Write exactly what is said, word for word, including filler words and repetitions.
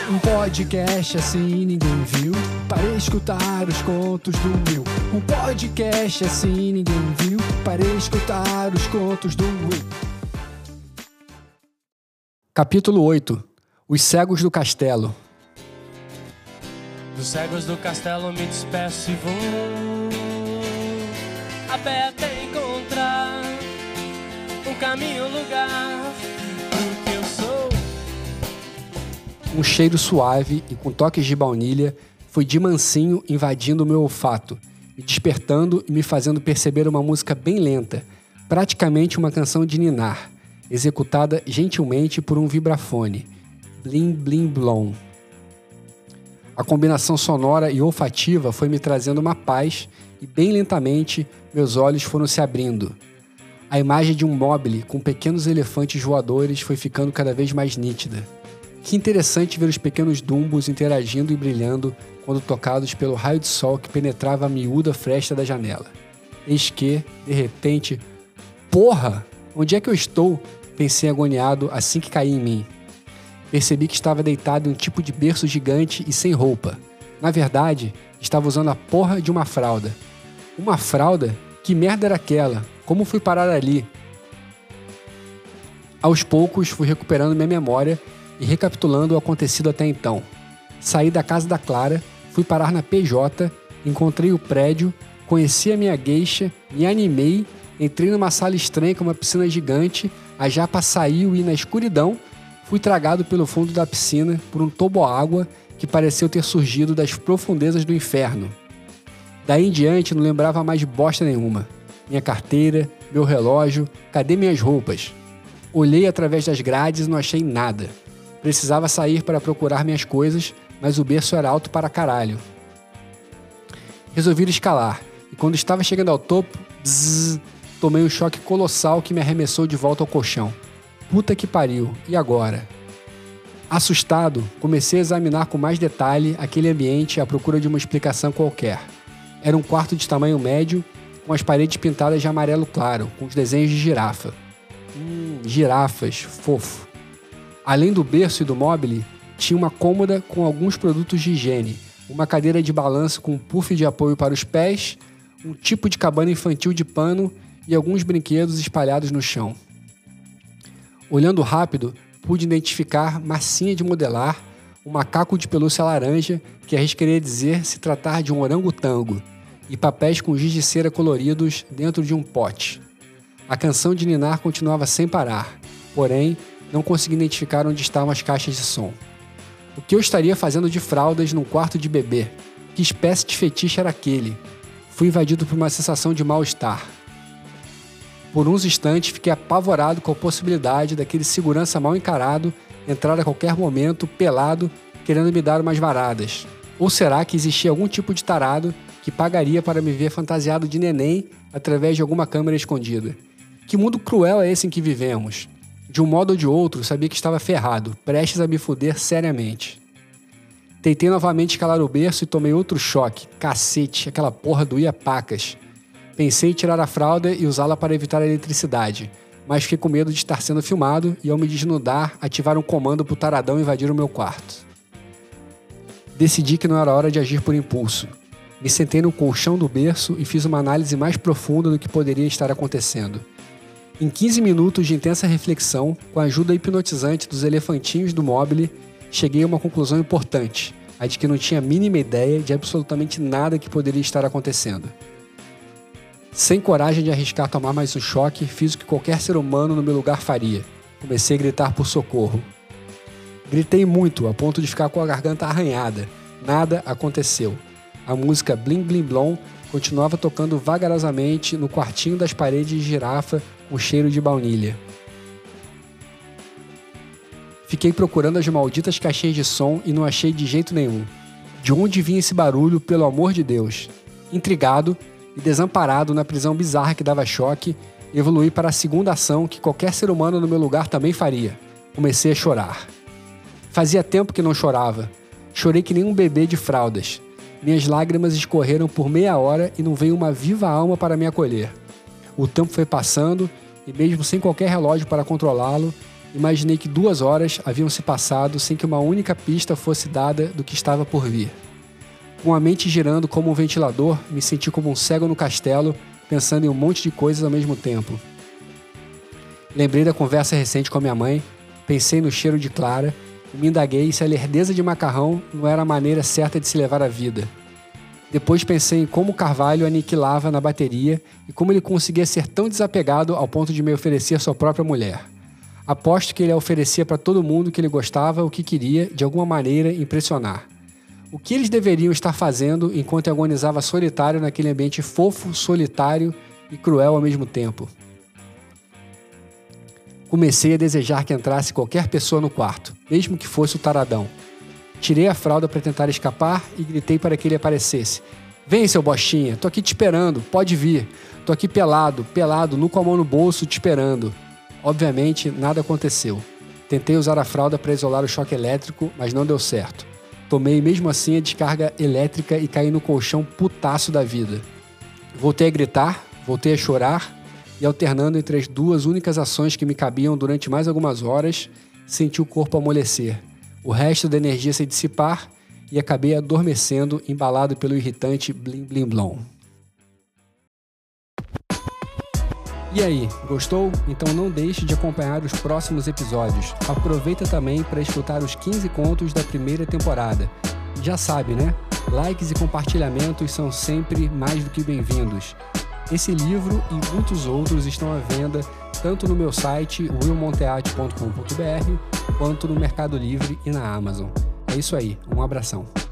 Um podcast assim ninguém viu, para escutar os contos do Will. Um podcast assim ninguém viu, para escutar os contos do Will. Capítulo oito. Os cegos do castelo. Dos cegos do castelo me despeço e vou a pé até encontrar um caminho, um lugar do que eu sou. Um cheiro suave e com toques de baunilha foi de mansinho invadindo o meu olfato, me despertando e me fazendo perceber uma música bem lenta, praticamente uma canção de ninar, executada gentilmente por um vibrafone. Blim, blim, blom. A combinação sonora e olfativa foi me trazendo uma paz e, bem lentamente, meus olhos foram se abrindo. A imagem de um mobile com pequenos elefantes voadores foi ficando cada vez mais nítida. Que interessante ver os pequenos dumbos interagindo e brilhando quando tocados pelo raio de sol que penetrava a miúda fresta da janela. Eis que, de repente, porra! Onde é que eu estou? Pensei agoniado assim que caí em mim. Percebi que estava deitado em um tipo de berço gigante e sem roupa. Na verdade, estava usando a porra de uma fralda. Uma fralda? Que merda era aquela? Como fui parar ali? Aos poucos, fui recuperando minha memória e recapitulando o acontecido até então. Saí da casa da Clara, fui parar na P J, encontrei o prédio, conheci a minha geisha, me animei, entrei numa sala estranha com uma piscina gigante, a japa saiu e, na escuridão, fui tragado pelo fundo da piscina por um toboágua que pareceu ter surgido das profundezas do inferno. Daí em diante não lembrava mais de bosta nenhuma. Minha carteira, meu relógio, cadê minhas roupas? Olhei através das grades e não achei nada. Precisava sair para procurar minhas coisas, mas o berço era alto para caralho. Resolvi escalar, e quando estava chegando ao topo, bzzz, tomei um choque colossal que me arremessou de volta ao colchão. Puta que pariu, e agora? Assustado, comecei a examinar com mais detalhe aquele ambiente à procura de uma explicação qualquer. Era um quarto de tamanho médio, com as paredes pintadas de amarelo claro, com os desenhos de girafa. Hum, girafas, fofo. Além do berço e do mobile, tinha uma cômoda com alguns produtos de higiene, uma cadeira de balanço com um puff de apoio para os pés, um tipo de cabana infantil de pano e alguns brinquedos espalhados no chão. Olhando rápido, pude identificar massinha de modelar, um macaco de pelúcia laranja, que arriscaria dizer se tratar de um orangotango, e papéis com giz de cera coloridos dentro de um pote. A canção de ninar continuava sem parar, porém, não consegui identificar onde estavam as caixas de som. O que eu estaria fazendo de fraldas num quarto de bebê? Que espécie de fetiche era aquele? Fui invadido por uma sensação de mal-estar. Por uns instantes, fiquei apavorado com a possibilidade daquele segurança mal encarado entrar a qualquer momento, pelado, querendo me dar umas varadas. Ou será que existia algum tipo de tarado que pagaria para me ver fantasiado de neném através de alguma câmera escondida? Que mundo cruel é esse em que vivemos? De um modo ou de outro, sabia que estava ferrado, prestes a me fuder seriamente. Tentei novamente escalar o berço e tomei outro choque. Cacete, aquela porra doía pacas. Pensei em tirar a fralda e usá-la para evitar a eletricidade, mas fiquei com medo de estar sendo filmado e, ao me desnudar, ativar um comando para o taradão invadir o meu quarto. Decidi que não era hora de agir por impulso. Me sentei no colchão do berço e fiz uma análise mais profunda do que poderia estar acontecendo. Em quinze minutos de intensa reflexão, com a ajuda hipnotizante dos elefantinhos do mobile, cheguei a uma conclusão importante, a de que não tinha a mínima ideia de absolutamente nada que poderia estar acontecendo. Sem coragem de arriscar tomar mais um choque, fiz o que qualquer ser humano no meu lugar faria. Comecei a gritar por socorro. Gritei muito, a ponto de ficar com a garganta arranhada. Nada aconteceu. A música Blim Blim Blom continuava tocando vagarosamente no quartinho das paredes de girafa com cheiro de baunilha. Fiquei procurando as malditas caixinhas de som e não achei de jeito nenhum. De onde vinha esse barulho, pelo amor de Deus? Intrigado e desamparado na prisão bizarra que dava choque, evoluí para a segunda ação que qualquer ser humano no meu lugar também faria. Comecei a chorar. Fazia tempo que não chorava. Chorei que nem um bebê de fraldas. Minhas lágrimas escorreram por meia hora e não veio uma viva alma para me acolher. O tempo foi passando e, mesmo sem qualquer relógio para controlá-lo, Imaginei que duas horas haviam se passado sem que uma única pista fosse dada do que estava por vir. Com a mente girando como um ventilador, me senti como um cego no castelo, pensando em um monte de coisas ao mesmo tempo. Lembrei da conversa recente com a minha mãe, pensei no cheiro de Clara e me indaguei se a lerdeza de macarrão não era a maneira certa de se levar a vida. Depois pensei em como Carvalho aniquilava na bateria e como ele conseguia ser tão desapegado ao ponto de me oferecer sua própria mulher. Aposto que ele oferecia para todo mundo que ele gostava o que queria, de alguma maneira, impressionar. O que eles deveriam estar fazendo enquanto eu agonizava solitário naquele ambiente fofo, solitário e cruel ao mesmo tempo? Comecei a desejar que entrasse qualquer pessoa no quarto, mesmo que fosse o taradão. Tirei a fralda para tentar escapar e gritei para que ele aparecesse. Vem, seu bostinha, tô aqui te esperando, pode vir. Tô aqui pelado, pelado, nu com a mão no bolso, te esperando. Obviamente, nada aconteceu. Tentei usar a fralda para isolar o choque elétrico, mas não deu certo. Tomei mesmo assim a descarga elétrica e caí no colchão putaço da vida. Voltei a gritar, voltei a chorar e, alternando entre as duas únicas ações que me cabiam durante mais algumas horas, senti o corpo amolecer, o resto da energia se dissipar e acabei adormecendo, embalado pelo irritante Blim Blim Blom. E aí, gostou? Então não deixe de acompanhar os próximos episódios. Aproveita também para escutar os quinze contos da primeira temporada. Já sabe, né? Likes e compartilhamentos são sempre mais do que bem-vindos. Esse livro e muitos outros estão à venda tanto no meu site, will monteati ponto com ponto b r, quanto no Mercado Livre e na Amazon. É isso aí, um abração.